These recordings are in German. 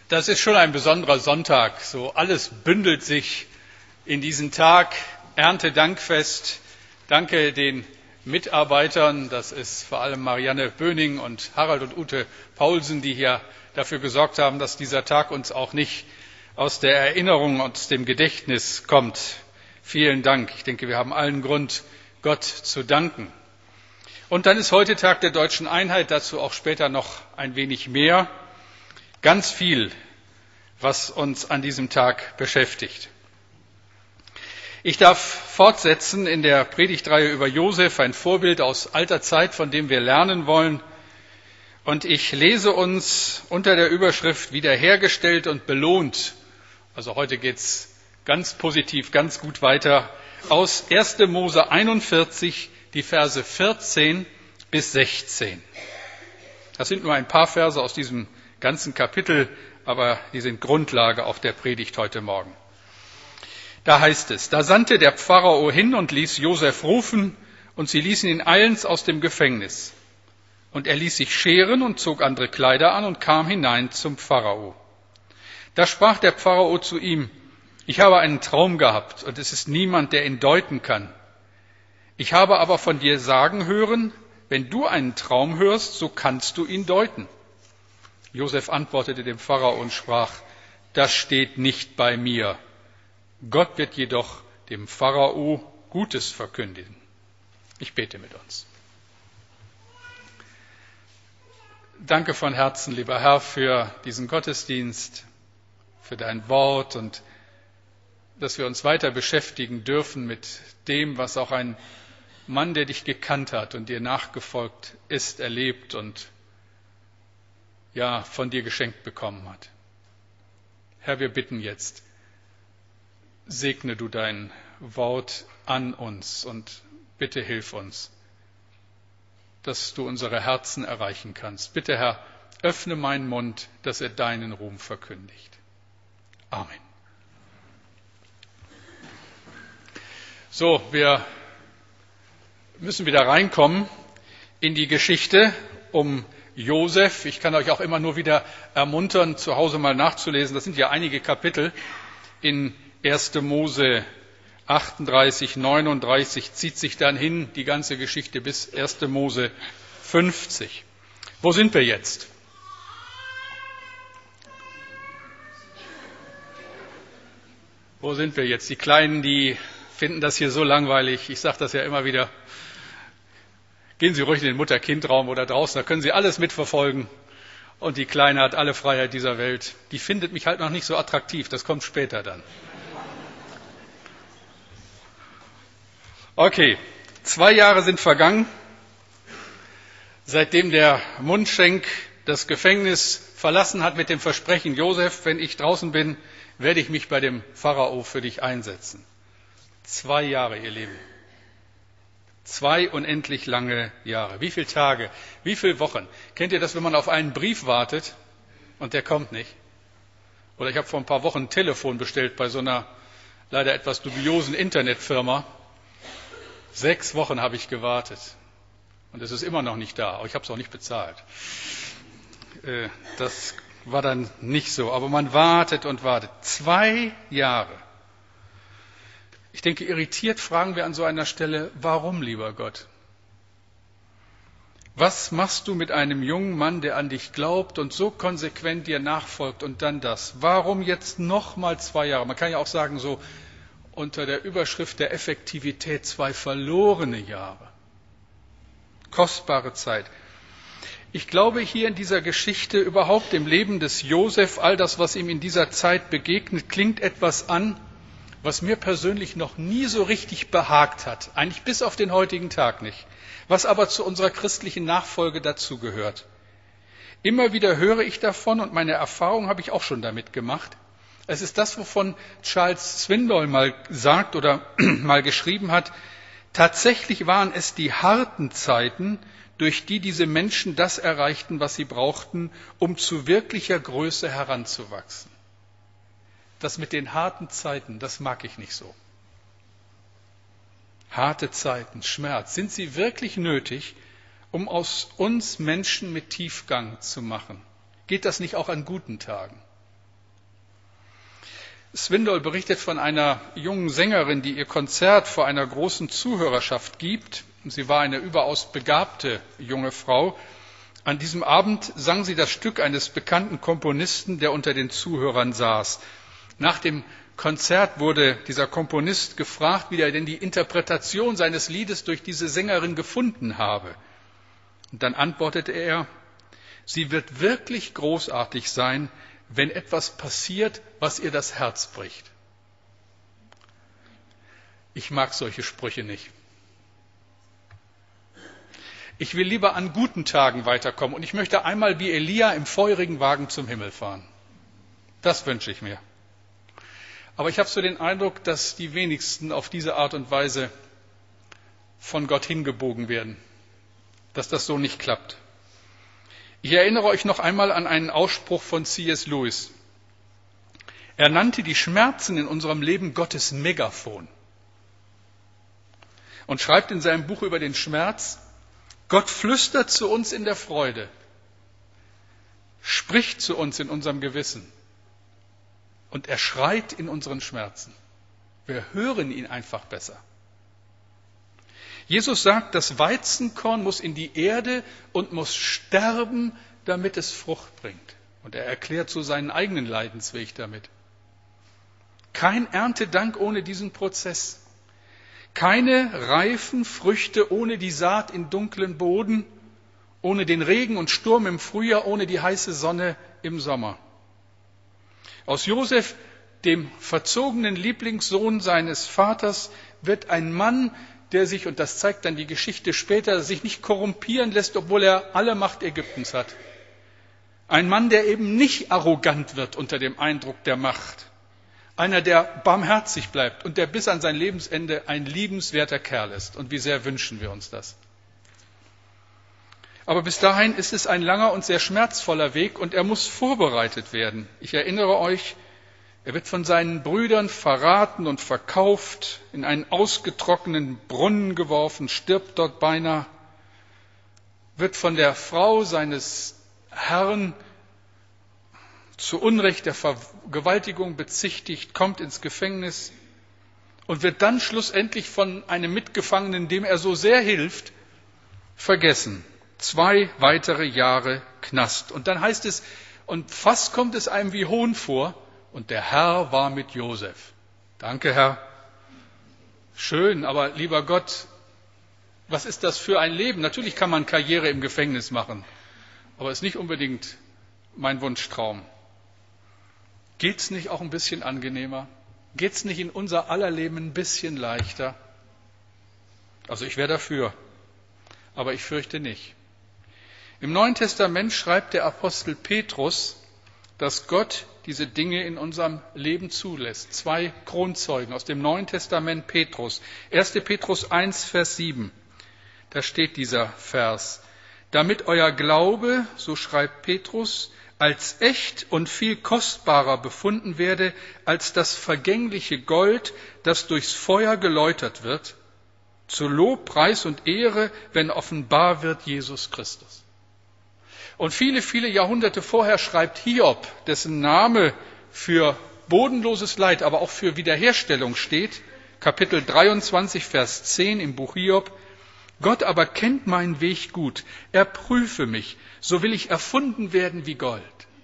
Das ist schon ein besonderer Sonntag. So alles bündelt sich in diesen Tag. Erntedankfest. Danke den Mitarbeitern. Das ist vor allem Marianne Böning und Harald und Ute Paulsen, die hier dafür gesorgt haben, dass dieser Tag uns auch nicht aus der Erinnerung, aus dem Gedächtnis kommt. Vielen Dank. Ich denke, wir haben allen Grund, Gott zu danken. Und dann ist heute Tag der Deutschen Einheit. Dazu auch später noch ein wenig mehr. Ganz viel, was uns an diesem Tag beschäftigt. Ich darf fortsetzen in der Predigtreihe über Josef, ein Vorbild aus alter Zeit, von dem wir lernen wollen. Und ich lese uns unter der Überschrift Wiederhergestellt und belohnt. Also heute geht's ganz positiv, ganz gut weiter. Aus 1. Mose 41, die Verse 14 bis 16. Das sind nur ein paar Verse aus diesem ganzen Kapitel, aber die sind Grundlage auch der Predigt heute Morgen. Da heißt es, da sandte der Pharao hin und ließ Josef rufen, und sie ließen ihn eilends aus dem Gefängnis. Und er ließ sich scheren und zog andere Kleider an und kam hinein zum Pharao. Da sprach der Pharao zu ihm, ich habe einen Traum gehabt, und es ist niemand, der ihn deuten kann. Ich habe aber von dir sagen hören, wenn du einen Traum hörst, so kannst du ihn deuten. Josef antwortete dem Pharao und sprach, das steht nicht bei mir. Gott wird jedoch dem Pharao Gutes verkündigen. Ich bete mit uns. Danke von Herzen, lieber Herr, für diesen Gottesdienst, für dein Wort und dass wir uns weiter beschäftigen dürfen mit dem, was auch ein Mann, der dich gekannt hat und dir nachgefolgt ist, erlebt und von dir geschenkt bekommen hat. Herr, wir bitten jetzt, segne du dein Wort an uns und bitte hilf uns, dass du unsere Herzen erreichen kannst. Bitte, Herr, öffne meinen Mund, dass er deinen Ruhm verkündigt. Amen. So, wir müssen wieder reinkommen in die Geschichte um Josef. Ich kann euch auch immer nur wieder ermuntern, zu Hause mal nachzulesen. Das sind ja einige Kapitel in 1. Mose 38, 39, zieht sich dann hin, die ganze Geschichte bis 1. Mose 50. Wo sind wir jetzt? Wo sind wir jetzt? Die Kleinen, die finden das hier so langweilig. Ich sage das ja immer wieder. Gehen Sie ruhig in den Mutter-Kind-Raum oder draußen, da können Sie alles mitverfolgen. Und die Kleine hat alle Freiheit dieser Welt. Die findet mich halt noch nicht so attraktiv, das kommt später dann. Okay, 2 Jahre sind vergangen, seitdem der Mundschenk das Gefängnis verlassen hat mit dem Versprechen, Josef, wenn ich draußen bin, werde ich mich bei dem Pharao für dich einsetzen. 2 Jahre, ihr Lieben. 2 unendlich lange Jahre. Wie viele Tage, wie viele Wochen? Kennt ihr das, wenn man auf einen Brief wartet und der kommt nicht? Oder ich habe vor ein paar Wochen ein Telefon bestellt bei so einer leider etwas dubiosen Internetfirma. 6 Wochen habe ich gewartet und es ist immer noch nicht da, aber ich habe es auch nicht bezahlt. Das war dann nicht so, aber man wartet und wartet. 2 Jahre. Ich denke, irritiert fragen wir an so einer Stelle, warum, lieber Gott? Was machst du mit einem jungen Mann, der an dich glaubt und so konsequent dir nachfolgt und dann das? Warum jetzt nochmal 2 Jahre? Man kann ja auch sagen, so unter der Überschrift der Effektivität 2 verlorene Jahre. Kostbare Zeit. Ich glaube, hier in dieser Geschichte, überhaupt im Leben des Josef, all das, was ihm in dieser Zeit begegnet, klingt etwas an, was mir persönlich noch nie so richtig behagt hat, eigentlich bis auf den heutigen Tag nicht, was aber zu unserer christlichen Nachfolge dazugehört. Immer wieder höre ich davon und meine Erfahrung habe ich auch schon damit gemacht. Es ist das, wovon Charles Swindoll mal sagt oder mal geschrieben hat, tatsächlich waren es die harten Zeiten, durch die diese Menschen das erreichten, was sie brauchten, um zu wirklicher Größe heranzuwachsen. Das mit den harten Zeiten, das mag ich nicht so. Harte Zeiten, Schmerz, sind sie wirklich nötig, um aus uns Menschen mit Tiefgang zu machen? Geht das nicht auch an guten Tagen? Swindoll berichtet von einer jungen Sängerin, die ihr Konzert vor einer großen Zuhörerschaft gibt. Sie war eine überaus begabte junge Frau. An diesem Abend sang sie das Stück eines bekannten Komponisten, der unter den Zuhörern saß. Nach dem Konzert wurde dieser Komponist gefragt, wie er denn die Interpretation seines Liedes durch diese Sängerin gefunden habe. Und dann antwortete er: Sie wird wirklich großartig sein, wenn etwas passiert, was ihr das Herz bricht. Ich mag solche Sprüche nicht. Ich will lieber an guten Tagen weiterkommen und ich möchte einmal wie Elia im feurigen Wagen zum Himmel fahren. Das wünsche ich mir. Aber ich habe so den Eindruck, dass die wenigsten auf diese Art und Weise von Gott hingebogen werden, dass das so nicht klappt. Ich erinnere euch noch einmal an einen Ausspruch von C.S. Lewis. Er nannte die Schmerzen in unserem Leben Gottes Megafon und schreibt in seinem Buch über den Schmerz: Gott flüstert zu uns in der Freude, spricht zu uns in unserem Gewissen und er schreit in unseren Schmerzen. Wir hören ihn einfach besser. Jesus sagt, das Weizenkorn muss in die Erde und muss sterben, damit es Frucht bringt. Und er erklärt so seinen eigenen Leidensweg damit. Kein Erntedank ohne diesen Prozess. Keine reifen Früchte ohne die Saat in dunklen Boden, ohne den Regen und Sturm im Frühjahr, ohne die heiße Sonne im Sommer. Aus Josef, dem verzogenen Lieblingssohn seines Vaters, wird ein Mann, der sich, und das zeigt dann die Geschichte später, sich nicht korrumpieren lässt, obwohl er alle Macht Ägyptens hat. Ein Mann, der eben nicht arrogant wird unter dem Eindruck der Macht. Einer, der barmherzig bleibt und der bis an sein Lebensende ein liebenswerter Kerl ist. Und wie sehr wünschen wir uns das. Aber bis dahin ist es ein langer und sehr schmerzvoller Weg und er muss vorbereitet werden. Ich erinnere euch, er wird von seinen Brüdern verraten und verkauft, in einen ausgetrockneten Brunnen geworfen, stirbt dort beinahe, wird von der Frau seines Herrn zu Unrecht der Vergewaltigung bezichtigt, kommt ins Gefängnis und wird dann schlussendlich von einem Mitgefangenen, dem er so sehr hilft, vergessen. 2 weitere Jahre Knast. Und dann heißt es, und fast kommt es einem wie Hohn vor, und der Herr war mit Josef. Danke, Herr. Schön, aber lieber Gott, was ist das für ein Leben? Natürlich kann man Karriere im Gefängnis machen, aber es ist nicht unbedingt mein Wunschtraum. Geht's nicht auch ein bisschen angenehmer? Geht's nicht in unser aller Leben ein bisschen leichter? Also ich wäre dafür, aber ich fürchte nicht. Im Neuen Testament schreibt der Apostel Petrus, dass Gott diese Dinge in unserem Leben zulässt. 2 Kronzeugen aus dem Neuen Testament Petrus. 1. Petrus 1, Vers 7. Da steht dieser Vers. Damit euer Glaube, so schreibt Petrus, als echt und viel kostbarer befunden werde als das vergängliche Gold, das durchs Feuer geläutert wird, zu Lob, Preis und Ehre, wenn offenbar wird Jesus Christus. Und viele, viele Jahrhunderte vorher schreibt Hiob, dessen Name für bodenloses Leid, aber auch für Wiederherstellung steht, Kapitel 23, Vers 10 im Buch Hiob: Gott aber kennt meinen Weg gut, er prüfe mich, so will ich erfunden werden wie Gold.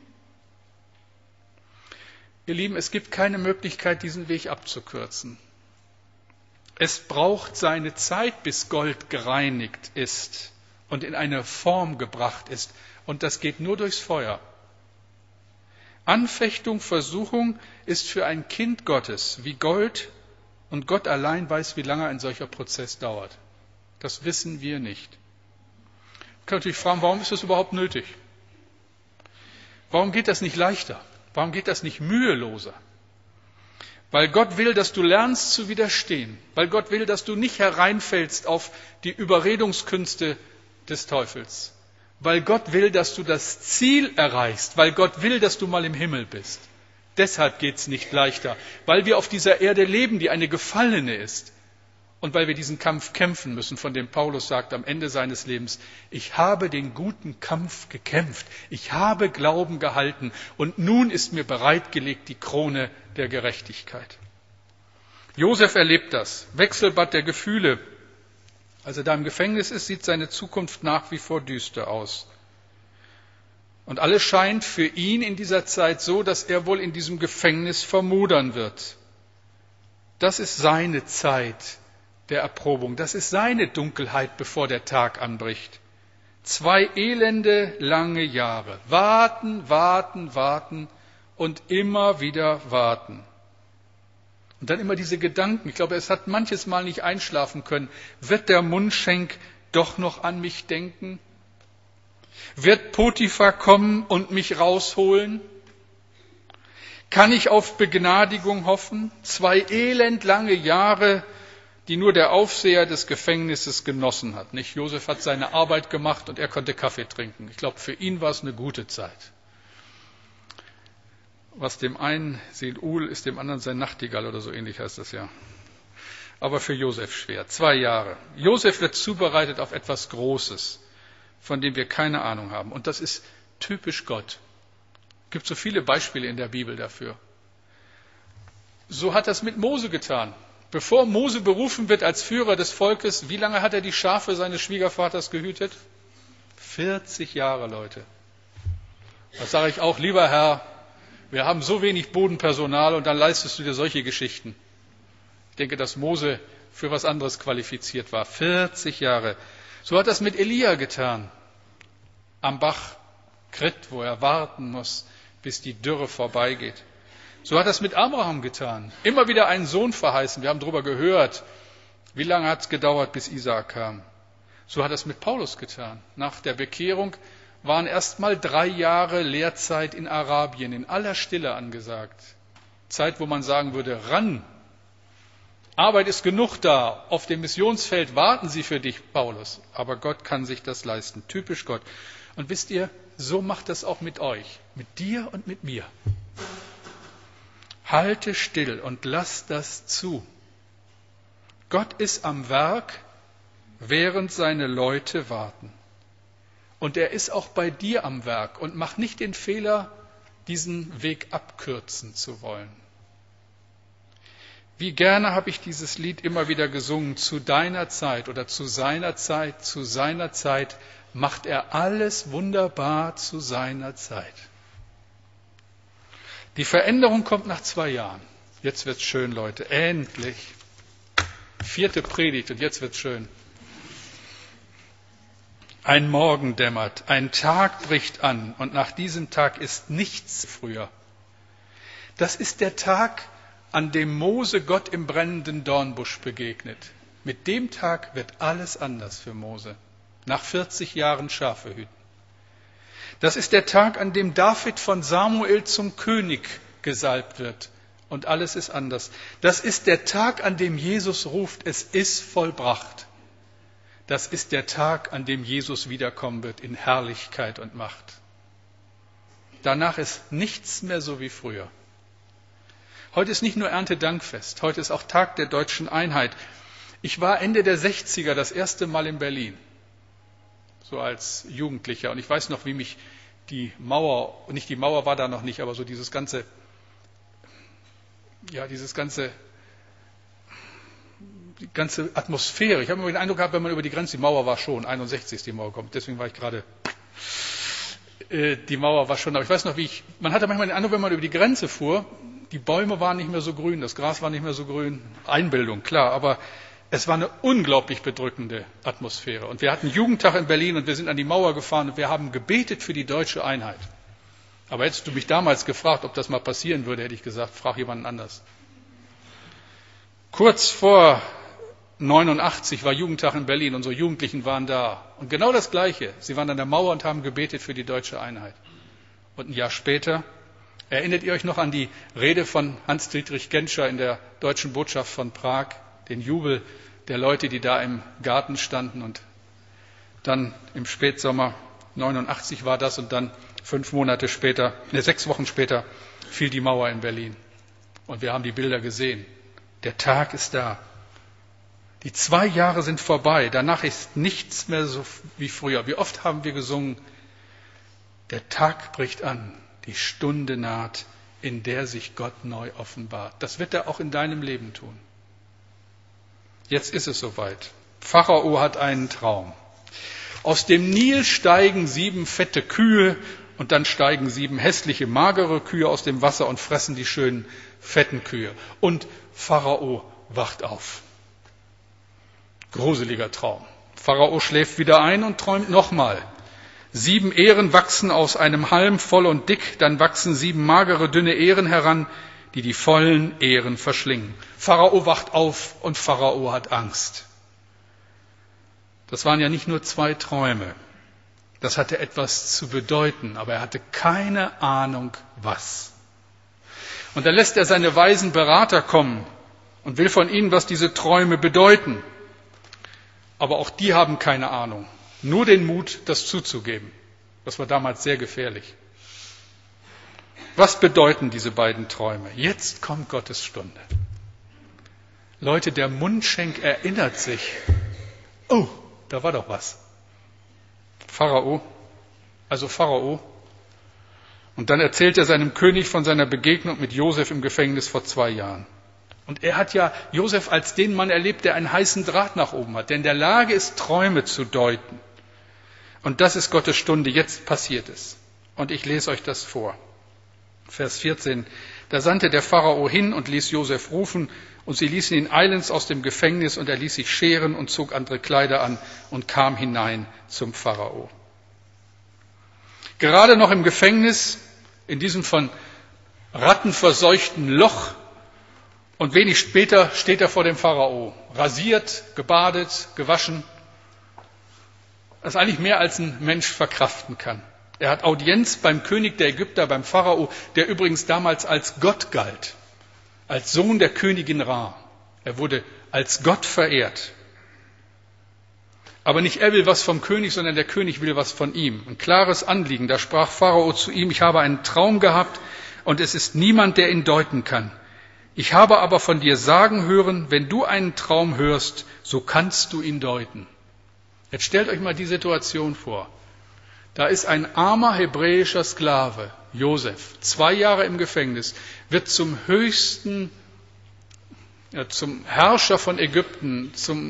Ihr Lieben, es gibt keine Möglichkeit, diesen Weg abzukürzen. Es braucht seine Zeit, bis Gold gereinigt ist und in eine Form gebracht ist. Und das geht nur durchs Feuer. Anfechtung, Versuchung ist für ein Kind Gottes wie Gold, und Gott allein weiß, wie lange ein solcher Prozess dauert. Das wissen wir nicht. Man kann natürlich fragen, warum ist das überhaupt nötig? Warum geht das nicht leichter? Warum geht das nicht müheloser? Weil Gott will, dass du lernst zu widerstehen. Weil Gott will, dass du nicht hereinfällst auf die Überredungskünste des Teufels. Weil Gott will, dass du das Ziel erreichst. Weil Gott will, dass du mal im Himmel bist. Deshalb geht es nicht leichter. Weil wir auf dieser Erde leben, die eine gefallene ist. und weil wir diesen Kampf kämpfen müssen, von dem Paulus sagt am Ende seines Lebens, ich habe den guten Kampf gekämpft, ich habe Glauben gehalten und nun ist mir bereitgelegt die Krone der Gerechtigkeit. Josef erlebt das, Wechselbad der Gefühle. Als er da im Gefängnis ist, sieht seine Zukunft nach wie vor düster aus. Und alles scheint für ihn in dieser Zeit so, dass er wohl in diesem Gefängnis vermodern wird. Das ist seine Zeit der Erprobung. Das ist seine Dunkelheit, bevor der Tag anbricht. 2 elende, lange Jahre. Warten, warten, warten und immer wieder warten. Und dann immer diese Gedanken. Ich glaube, es hat manches Mal nicht einschlafen können. Wird der Mundschenk doch noch an mich denken? Wird Potiphar kommen und mich rausholen? Kann ich auf Begnadigung hoffen? 2 elendlange Jahre, die nur der Aufseher des Gefängnisses genossen hat. Nicht? Josef hat seine Arbeit gemacht und er konnte Kaffee trinken. Ich glaube, für ihn war es eine gute Zeit. Was dem einen Seul ist, dem anderen sein Nachtigall oder so ähnlich heißt das ja. Aber für Josef schwer. 2 Jahre. Josef wird zubereitet auf etwas Großes, von dem wir keine Ahnung haben. Und das ist typisch Gott. Es gibt so viele Beispiele in der Bibel dafür. So hat er es mit Mose getan. Bevor Mose berufen wird als Führer des Volkes, wie lange hat er die Schafe seines Schwiegervaters gehütet? 40 Jahre, Leute. Das sage ich auch, lieber Herr, wir haben so wenig Bodenpersonal und dann leistest du dir solche Geschichten. Ich denke, dass Mose für was anderes qualifiziert war. 40 Jahre. So hat er es mit Elia getan. Am Bach Krit, wo er warten muss, bis die Dürre vorbeigeht. So hat er es mit Abraham getan. Immer wieder einen Sohn verheißen. Wir haben darüber gehört. Wie lange hat es gedauert, bis Isaak kam? So hat er es mit Paulus getan. Nach der Bekehrung waren erst mal 3 Jahre Lehrzeit in Arabien, in aller Stille angesagt. Zeit, wo man sagen würde, ran. Arbeit ist genug da. Auf dem Missionsfeld warten sie für dich, Paulus. Aber Gott kann sich das leisten. Typisch Gott. Und wisst ihr, so macht das auch mit euch. Mit dir und mit mir. Halte still und lass das zu. Gott ist am Werk, während seine Leute warten. Und er ist auch bei dir am Werk und mach nicht den Fehler, diesen Weg abkürzen zu wollen. Wie gerne habe ich dieses Lied immer wieder gesungen, zu deiner Zeit oder zu seiner Zeit macht er alles wunderbar zu seiner Zeit. Die Veränderung kommt nach 2 Jahren. Jetzt wird's schön, Leute. Endlich. 4. Predigt und jetzt wird's schön. Ein Morgen dämmert, ein Tag bricht an und nach diesem Tag ist nichts früher. Das ist der Tag, an dem Mose Gott im brennenden Dornbusch begegnet. Mit dem Tag wird alles anders für Mose. Nach 40 Jahren Schafe hüten. Das ist der Tag, an dem David von Samuel zum König gesalbt wird. Und alles ist anders. Das ist der Tag, an dem Jesus ruft, es ist vollbracht. Das ist der Tag, an dem Jesus wiederkommen wird in Herrlichkeit und Macht. Danach ist nichts mehr so wie früher. Heute ist nicht nur Erntedankfest, heute ist auch Tag der deutschen Einheit. Ich war Ende der 60er das erste Mal in Berlin, so als Jugendlicher. Und ich weiß noch, wie mich die Mauer war da noch nicht, aber so die ganze Atmosphäre. Ich habe immer den Eindruck gehabt, wenn man über die Grenze, die Mauer war schon, 61 ist die Mauer kommt, deswegen war ich gerade, die Mauer war schon, aber ich weiß noch, man hatte manchmal den Eindruck, wenn man über die Grenze fuhr, die Bäume waren nicht mehr so grün, das Gras war nicht mehr so grün, Einbildung, klar, aber es war eine unglaublich bedrückende Atmosphäre. Und wir hatten Jugendtag in Berlin und wir sind an die Mauer gefahren und wir haben gebetet für die deutsche Einheit. Aber hättest du mich damals gefragt, ob das mal passieren würde, hätte ich gesagt, frag jemanden anders. Kurz vor 89 war Jugendtag in Berlin, unsere Jugendlichen waren da. Und genau das Gleiche. Sie waren an der Mauer und haben gebetet für die deutsche Einheit. Und ein Jahr später, erinnert ihr euch noch an die Rede von Hans-Dietrich Genscher in der Deutschen Botschaft von Prag, den Jubel der Leute, die da im Garten standen und dann im Spätsommer 89 war das und dann 6 Wochen später fiel die Mauer in Berlin. Und wir haben die Bilder gesehen. Der Tag ist da. Die 2 Jahre sind vorbei, danach ist nichts mehr so wie früher. Wie oft haben wir gesungen, der Tag bricht an, die Stunde naht, in der sich Gott neu offenbart. Das wird er auch in deinem Leben tun. Jetzt ist es soweit. Pharao hat einen Traum. Aus dem Nil steigen 7 fette Kühe und dann steigen 7 hässliche, magere Kühe aus dem Wasser und fressen die schönen, fetten Kühe. Und Pharao wacht auf. Gruseliger Traum. Pharao schläft wieder ein und träumt nochmal. 7 Ähren wachsen aus einem Halm voll und dick, dann wachsen 7 magere, dünne Ähren heran, die die vollen Ähren verschlingen. Pharao wacht auf und Pharao hat Angst. Das waren ja nicht nur 2 Träume. Das hatte etwas zu bedeuten, aber er hatte keine Ahnung, was. Und dann lässt er seine weisen Berater kommen und will von ihnen, was diese Träume bedeuten. Aber auch die haben keine Ahnung. Nur den Mut, das zuzugeben. Das war damals sehr gefährlich. Was bedeuten diese beiden Träume? Jetzt kommt Gottes Stunde. Leute, der Mundschenk erinnert sich. Oh, da war doch was. Pharao. Und dann erzählt er seinem König von seiner Begegnung mit Josef im Gefängnis vor 2 Jahren. Und er hat ja Josef als den Mann erlebt, der einen heißen Draht nach oben hat, der in der Lage ist, Träume zu deuten. Und das ist Gottes Stunde, jetzt passiert es. Und ich lese euch das vor. Vers 14. Da sandte der Pharao hin und ließ Josef rufen, und sie ließen ihn eilends aus dem Gefängnis, und er ließ sich scheren und zog andere Kleider an und kam hinein zum Pharao. Gerade noch im Gefängnis, in diesem von Ratten verseuchten Loch, und wenig später steht er vor dem Pharao, rasiert, gebadet, gewaschen. Das ist eigentlich mehr als ein Mensch verkraften kann. Er hat Audienz beim König der Ägypter, beim Pharao, der übrigens damals als Gott galt, als Sohn der Königin Ra. Er wurde als Gott verehrt. Aber nicht er will was vom König, sondern der König will was von ihm. Ein klares Anliegen. Da sprach Pharao zu ihm, ich habe einen Traum gehabt und es ist niemand, der ihn deuten kann. Ich habe aber von dir sagen hören, wenn du einen Traum hörst, so kannst du ihn deuten. Jetzt stellt euch mal die Situation vor. Da ist ein armer hebräischer Sklave, Josef, 2 Jahre im Gefängnis, wird zum zum Herrscher von Ägypten,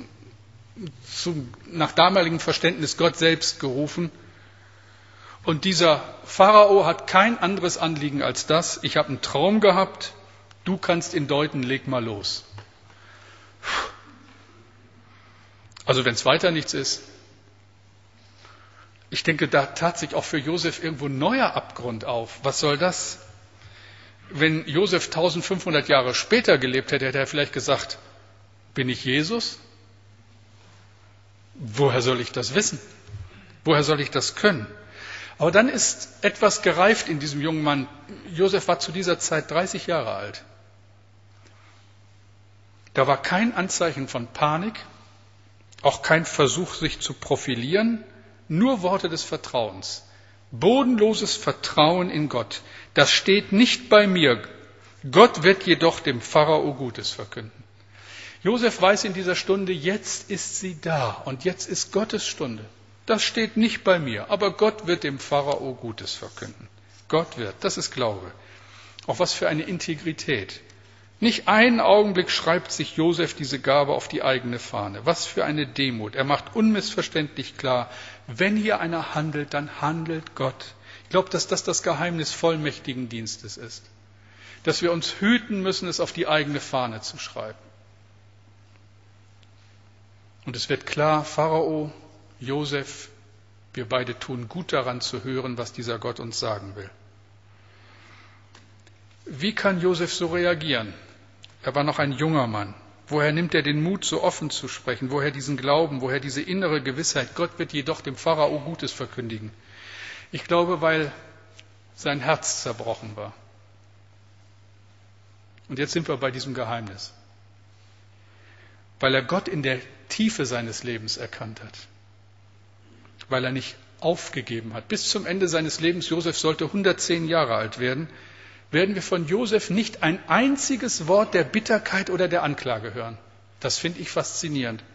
nach damaligem Verständnis Gott selbst gerufen. Und dieser Pharao hat kein anderes Anliegen als das, ich habe einen Traum gehabt, du kannst ihn deuten, leg mal los. Also wenn es weiter nichts ist. Ich denke, da tat sich auch für Josef irgendwo ein neuer Abgrund auf. Was soll das? Wenn Josef 1500 Jahre später gelebt hätte, hätte er vielleicht gesagt, bin ich Jesus? Woher soll ich das wissen? Woher soll ich das können? Aber dann ist etwas gereift in diesem jungen Mann. Josef war zu dieser Zeit 30 Jahre alt. Da war kein Anzeichen von Panik, auch kein Versuch, sich zu profilieren, nur Worte des Vertrauens. Bodenloses Vertrauen in Gott. Das steht nicht bei mir. Gott wird jedoch dem Pharao Gutes verkünden. Josef weiß in dieser Stunde, jetzt ist sie da und jetzt ist Gottes Stunde. Das steht nicht bei mir, aber Gott wird dem Pharao Gutes verkünden. Gott wird, das ist Glaube. Auch was für eine Integrität. Nicht einen Augenblick schreibt sich Josef diese Gabe auf die eigene Fahne. Was für eine Demut. Er macht unmissverständlich klar, wenn hier einer handelt, dann handelt Gott. Ich glaube, dass das Geheimnis vollmächtigen Dienstes ist. Dass wir uns hüten müssen, es auf die eigene Fahne zu schreiben. Und es wird klar, Pharao, Josef, wir beide tun gut daran zu hören, was dieser Gott uns sagen will. Wie kann Josef so reagieren? Er war noch ein junger Mann. Woher nimmt er den Mut, so offen zu sprechen? Woher diesen Glauben? Woher diese innere Gewissheit? Gott wird jedoch dem Pharao Gutes verkündigen. Ich glaube, weil sein Herz zerbrochen war. Und jetzt sind wir bei diesem Geheimnis. Weil er Gott in der Tiefe seines Lebens erkannt hat. Weil er nicht aufgegeben hat. Bis zum Ende seines Lebens, Josef sollte 110 Jahre alt werden, werden wir von Josef nicht ein einziges Wort der Bitterkeit oder der Anklage hören. Das finde ich faszinierend.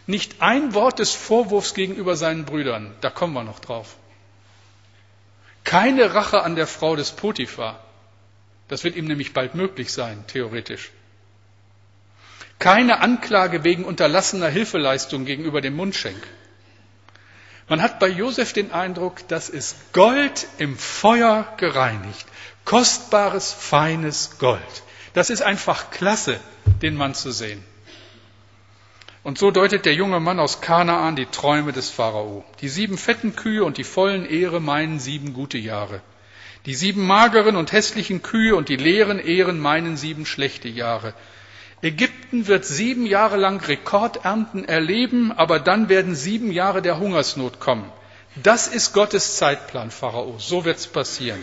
Nicht ein Wort des Vorwurfs gegenüber seinen Brüdern, da kommen wir noch drauf. Keine Rache an der Frau des Potiphar. Das wird ihm nämlich bald möglich sein, theoretisch. Keine Anklage wegen unterlassener Hilfeleistung gegenüber dem Mundschenk. Man hat bei Josef den Eindruck, das ist Gold im Feuer gereinigt. Kostbares, feines Gold. Das ist einfach klasse, den Mann zu sehen. Und so deutet der junge Mann aus Kanaan die Träume des Pharao. Die 7 fetten Kühe und die vollen Ehre meinen 7 gute Jahre. Die 7 mageren und hässlichen Kühe und die leeren Ehren meinen 7 schlechte Jahre. Ägypten wird 7 Jahre lang Rekordernten erleben, aber dann werden 7 Jahre der Hungersnot kommen. Das ist Gottes Zeitplan, Pharao. So wird's passieren.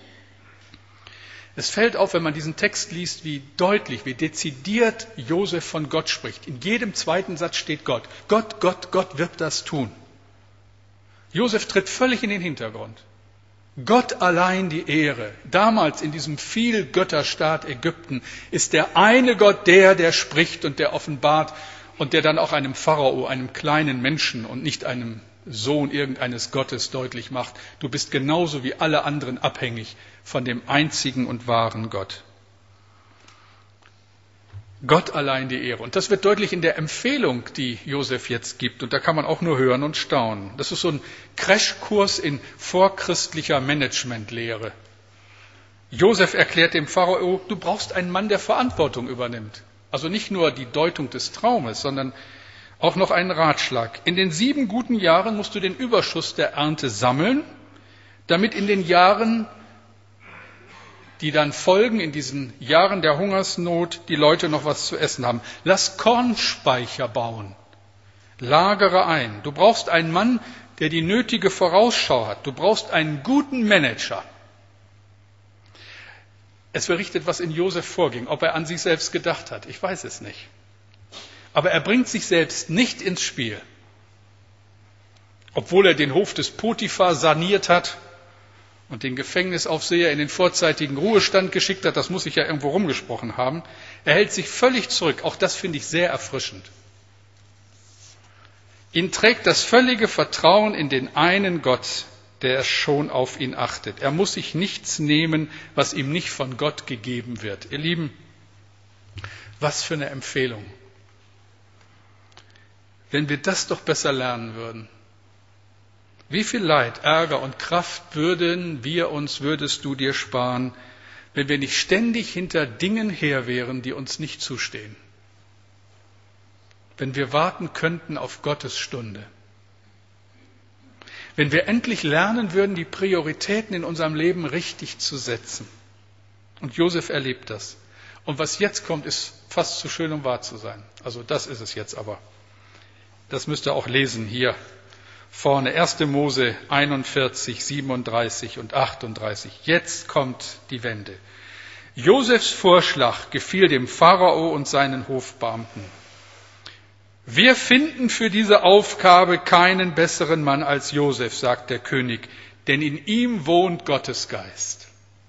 Es fällt auf, wenn man diesen Text liest, wie deutlich, wie dezidiert Josef von Gott spricht. In jedem zweiten Satz steht Gott. Gott, Gott, Gott wird das tun. Josef tritt völlig in den Hintergrund. Gott allein die Ehre. Damals in diesem Vielgötterstaat Ägypten ist der eine Gott der spricht und der offenbart und der dann auch einem Pharao, einem kleinen Menschen und nicht einem Sohn irgendeines Gottes deutlich macht, du bist genauso wie alle anderen abhängig von dem einzigen und wahren Gott. Gott allein die Ehre. Und das wird deutlich in der Empfehlung, die Josef jetzt gibt. Und da kann man auch nur hören und staunen. Das ist so ein Crashkurs in vorchristlicher Managementlehre. Josef erklärt dem Pharao, du brauchst einen Mann, der Verantwortung übernimmt. Also nicht nur die Deutung des Traumes, sondern auch noch einen Ratschlag. In den 7 guten Jahren musst du den Überschuss der Ernte sammeln, damit in den Jahren, die dann folgen, in diesen Jahren der Hungersnot, die Leute noch was zu essen haben. Lass Kornspeicher bauen. Lagere ein. Du brauchst einen Mann, der die nötige Vorausschau hat. Du brauchst einen guten Manager. Es berichtet, was in Josef vorging. Ob er an sich selbst gedacht hat, ich weiß es nicht. Aber er bringt sich selbst nicht ins Spiel. Obwohl er den Hof des Potiphar saniert hat und den Gefängnisaufseher in den vorzeitigen Ruhestand geschickt hat, das muss sich ja irgendwo rumgesprochen haben, er hält sich völlig zurück. Auch das finde ich sehr erfrischend. Ihn trägt das völlige Vertrauen in den einen Gott, der schon auf ihn achtet. Er muss sich nichts nehmen, was ihm nicht von Gott gegeben wird. Ihr Lieben, was für eine Empfehlung. Wenn wir das doch besser lernen würden. Wie viel Leid, Ärger und Kraft würdest du dir sparen, wenn wir nicht ständig hinter Dingen her wären, die uns nicht zustehen? Wenn wir warten könnten auf Gottes Stunde. Wenn wir endlich lernen würden, die Prioritäten in unserem Leben richtig zu setzen. Und Josef erlebt das. Und was jetzt kommt, ist fast zu schön, um wahr zu sein. Also das ist es jetzt aber. Das müsst ihr auch lesen hier vorne. 1. Mose 41, 37 und 38. Jetzt kommt die Wende. Josefs Vorschlag gefiel dem Pharao und seinen Hofbeamten. Wir finden für diese Aufgabe keinen besseren Mann als Josef, sagt der König, denn in ihm wohnt Gottes Geist.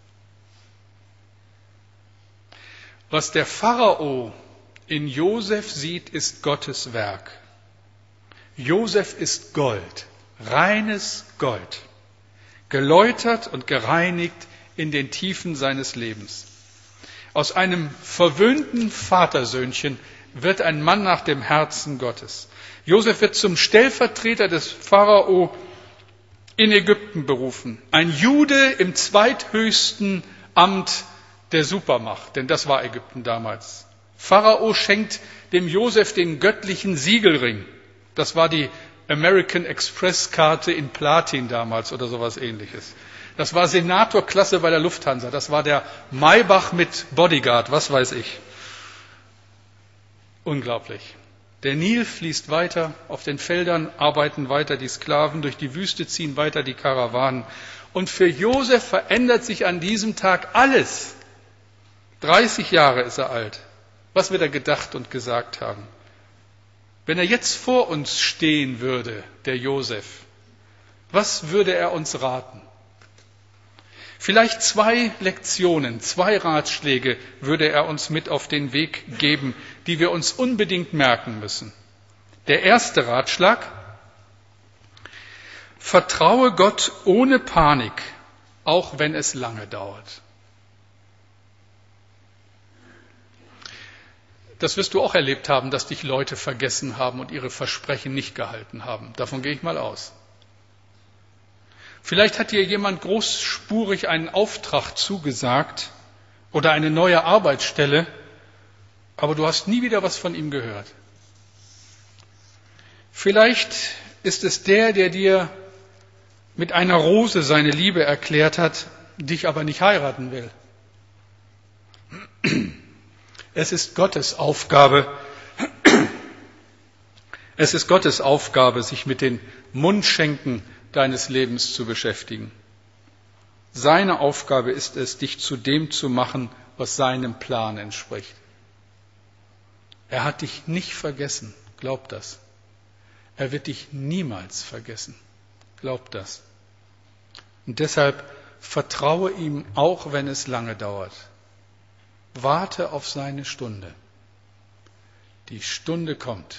Was der Pharao in Josef sieht, ist Gottes Werk. Josef ist Gold, reines Gold, geläutert und gereinigt in den Tiefen seines Lebens. Aus einem verwöhnten Vatersöhnchen wird ein Mann nach dem Herzen Gottes. Josef wird zum Stellvertreter des Pharao in Ägypten berufen. Ein Jude im zweithöchsten Amt der Supermacht, denn das war Ägypten damals. Pharao schenkt dem Josef den göttlichen Siegelring. Das war die American Express Karte in Platin damals oder sowas Ähnliches. Das war Senatorklasse bei der Lufthansa. Das war der Maybach mit Bodyguard, was weiß ich. Unglaublich. Der Nil fließt weiter, auf den Feldern arbeiten weiter die Sklaven, durch die Wüste ziehen weiter die Karawanen. Und für Josef verändert sich an diesem Tag alles. 30 Jahre ist er alt. Was wird er gedacht und gesagt haben? Wenn er jetzt vor uns stehen würde, der Josef, was würde er uns raten? Vielleicht 2 Lektionen, 2 Ratschläge würde er uns mit auf den Weg geben, die wir uns unbedingt merken müssen. Der erste Ratschlag: Vertraue Gott ohne Panik, auch wenn es lange dauert. Das wirst du auch erlebt haben, dass dich Leute vergessen haben und ihre Versprechen nicht gehalten haben. Davon gehe ich mal aus. Vielleicht hat dir jemand großspurig einen Auftrag zugesagt oder eine neue Arbeitsstelle, aber du hast nie wieder was von ihm gehört. Vielleicht ist es der dir mit einer Rose seine Liebe erklärt hat, dich aber nicht heiraten will. Es ist Gottes Aufgabe, sich mit den Mundschenken deines Lebens zu beschäftigen. Seine Aufgabe ist es, dich zu dem zu machen, was seinem Plan entspricht. Er hat dich nicht vergessen, glaub das. Er wird dich niemals vergessen, glaub das. Und deshalb vertraue ihm, auch wenn es lange dauert. Warte auf seine Stunde. Die Stunde kommt.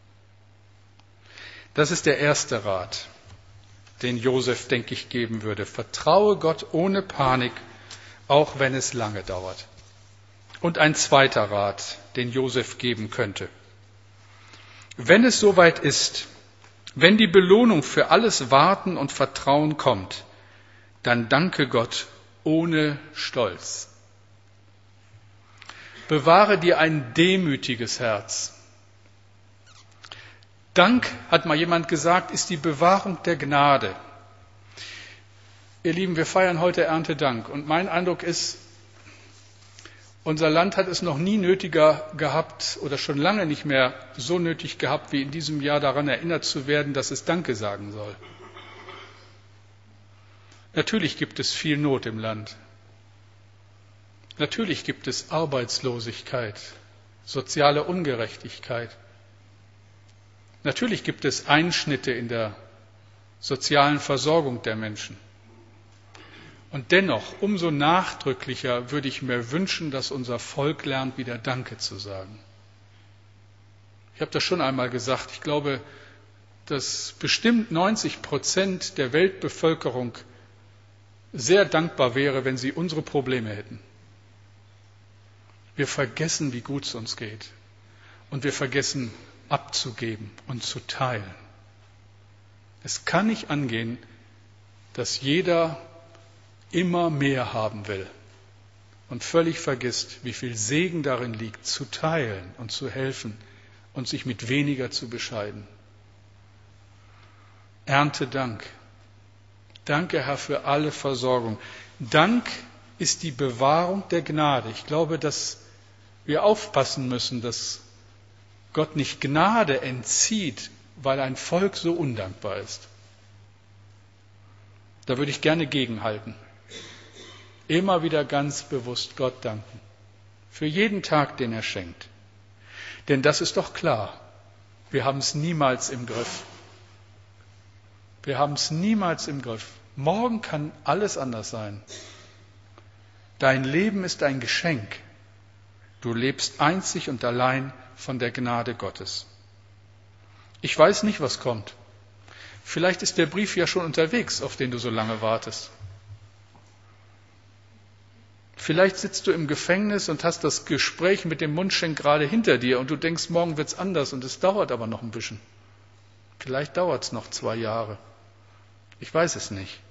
Das ist der erste Rat, den Josef, denke ich, geben würde. Vertraue Gott ohne Panik, auch wenn es lange dauert. Und ein zweiter Rat, den Josef geben könnte. Wenn es soweit ist, wenn die Belohnung für alles Warten und Vertrauen kommt, dann danke Gott ohne Stolz. Bewahre dir ein demütiges Herz. Dank, hat mal jemand gesagt, ist die Bewahrung der Gnade. Ihr Lieben, wir feiern heute Erntedank und mein Eindruck ist, unser Land hat es noch nie nötiger gehabt oder schon lange nicht mehr so nötig gehabt, wie in diesem Jahr daran erinnert zu werden, dass es Danke sagen soll. Natürlich gibt es viel Not im Land. Natürlich gibt es Arbeitslosigkeit, soziale Ungerechtigkeit. Natürlich gibt es Einschnitte in der sozialen Versorgung der Menschen. Und dennoch, umso nachdrücklicher würde ich mir wünschen, dass unser Volk lernt, wieder Danke zu sagen. Ich habe das schon einmal gesagt. Ich glaube, dass bestimmt 90% der Weltbevölkerung sehr dankbar wäre, wenn sie unsere Probleme hätten. Wir vergessen, wie gut es uns geht. Und wir vergessen, abzugeben und zu teilen. Es kann nicht angehen, dass jeder immer mehr haben will und völlig vergisst, wie viel Segen darin liegt, zu teilen und zu helfen und sich mit weniger zu bescheiden. Ernte Dank. Danke, Herr, für alle Versorgung. Dank ist die Bewahrung der Gnade. Ich glaube, dass wir aufpassen müssen, dass Gott nicht Gnade entzieht, weil ein Volk so undankbar ist. Da würde ich gerne gegenhalten. Immer wieder ganz bewusst Gott danken. Für jeden Tag, den er schenkt. Denn das ist doch klar. Wir haben es niemals im Griff. Wir haben es niemals im Griff. Morgen kann alles anders sein. Dein Leben ist ein Geschenk. Du lebst einzig und allein von der Gnade Gottes. Ich weiß nicht, was kommt. Vielleicht ist der Brief ja schon unterwegs, auf den du so lange wartest. Vielleicht sitzt du im Gefängnis und hast das Gespräch mit dem Mundschenk gerade hinter dir und du denkst, morgen wird's anders und es dauert aber noch ein bisschen. Vielleicht dauert es noch 2 Jahre. Ich weiß es nicht.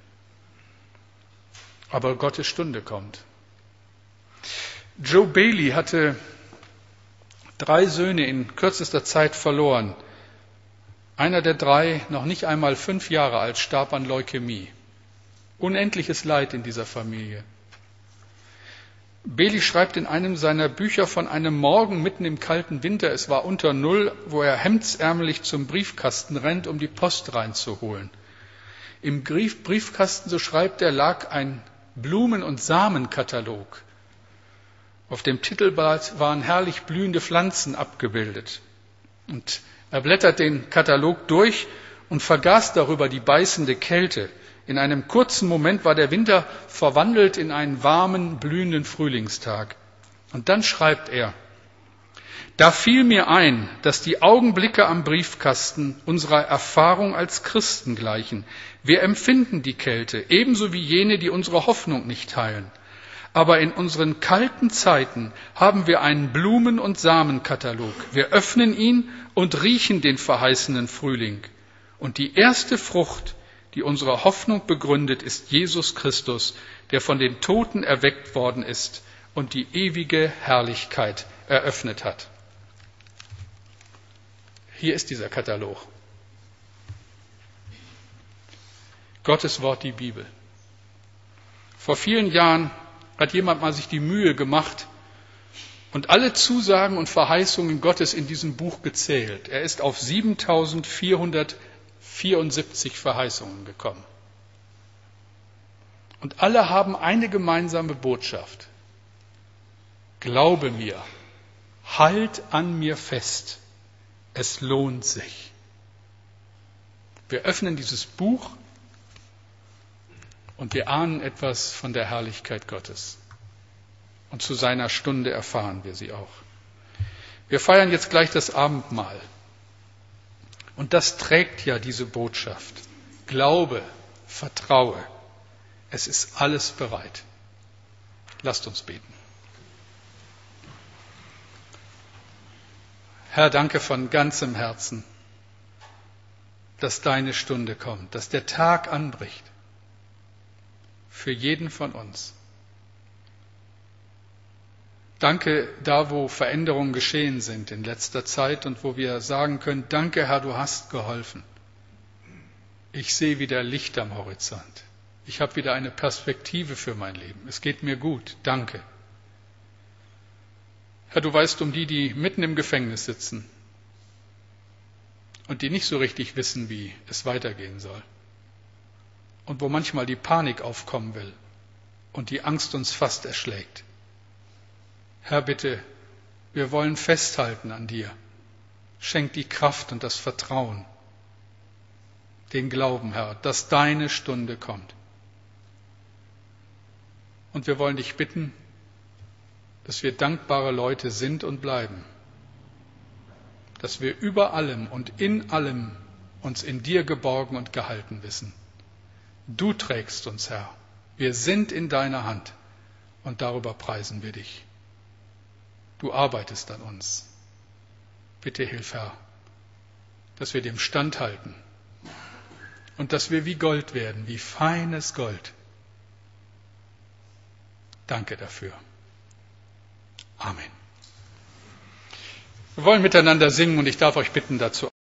Aber Gottes Stunde kommt. Joe Bailey hatte 3 Söhne in kürzester Zeit verloren. Einer der 3, noch nicht einmal 5 Jahre alt, starb an Leukämie. Unendliches Leid in dieser Familie. Bailey schreibt in einem seiner Bücher von einem Morgen mitten im kalten Winter, es war unter Null, wo er hemdsärmelig zum Briefkasten rennt, um die Post reinzuholen. Im Briefkasten, so schreibt er, lag ein Blumen- und Samenkatalog. Auf dem Titelblatt waren herrlich blühende Pflanzen abgebildet. Und er blättert den Katalog durch und vergaß darüber die beißende Kälte. In einem kurzen Moment war der Winter verwandelt in einen warmen, blühenden Frühlingstag. Und dann schreibt er, Da fiel mir ein, dass die Augenblicke am Briefkasten unserer Erfahrung als Christen gleichen. Wir empfinden die Kälte, ebenso wie jene, die unsere Hoffnung nicht teilen. Aber in unseren kalten Zeiten haben wir einen Blumen- und Samenkatalog. Wir öffnen ihn und riechen den verheißenen Frühling. Und die erste Frucht, die unsere Hoffnung begründet, ist Jesus Christus, der von den Toten erweckt worden ist und die ewige Herrlichkeit eröffnet hat. Hier ist dieser Katalog. Gottes Wort, die Bibel. Vor vielen Jahren hat jemand mal sich die Mühe gemacht und alle Zusagen und Verheißungen Gottes in diesem Buch gezählt. Er ist auf 7474 Verheißungen gekommen. Und alle haben eine gemeinsame Botschaft. Glaube mir, halt an mir fest, es lohnt sich. Wir öffnen dieses Buch und wir ahnen etwas von der Herrlichkeit Gottes. Und zu seiner Stunde erfahren wir sie auch. Wir feiern jetzt gleich das Abendmahl. Und das trägt ja diese Botschaft. Glaube, vertraue. Es ist alles bereit. Lasst uns beten. Herr, danke von ganzem Herzen, dass deine Stunde kommt, dass der Tag anbricht. Für jeden von uns. Danke da, wo Veränderungen geschehen sind in letzter Zeit und wo wir sagen können, danke Herr, du hast geholfen. Ich sehe wieder Licht am Horizont. Ich habe wieder eine Perspektive für mein Leben. Es geht mir gut. Danke. Herr, du weißt um die, die mitten im Gefängnis sitzen und die nicht so richtig wissen, wie es weitergehen soll. Und wo manchmal die Panik aufkommen will und die Angst uns fast erschlägt. Herr, bitte, wir wollen festhalten an dir. Schenk die Kraft und das Vertrauen, den Glauben, Herr, dass deine Stunde kommt. Und wir wollen dich bitten, dass wir dankbare Leute sind und bleiben. Dass wir über allem und in allem uns in dir geborgen und gehalten wissen. Du trägst uns, Herr. Wir sind in deiner Hand und darüber preisen wir dich. Du arbeitest an uns. Bitte hilf, Herr, dass wir dem standhalten und dass wir wie Gold werden, wie feines Gold. Danke dafür. Amen. Wir wollen miteinander singen und ich darf euch bitten dazu.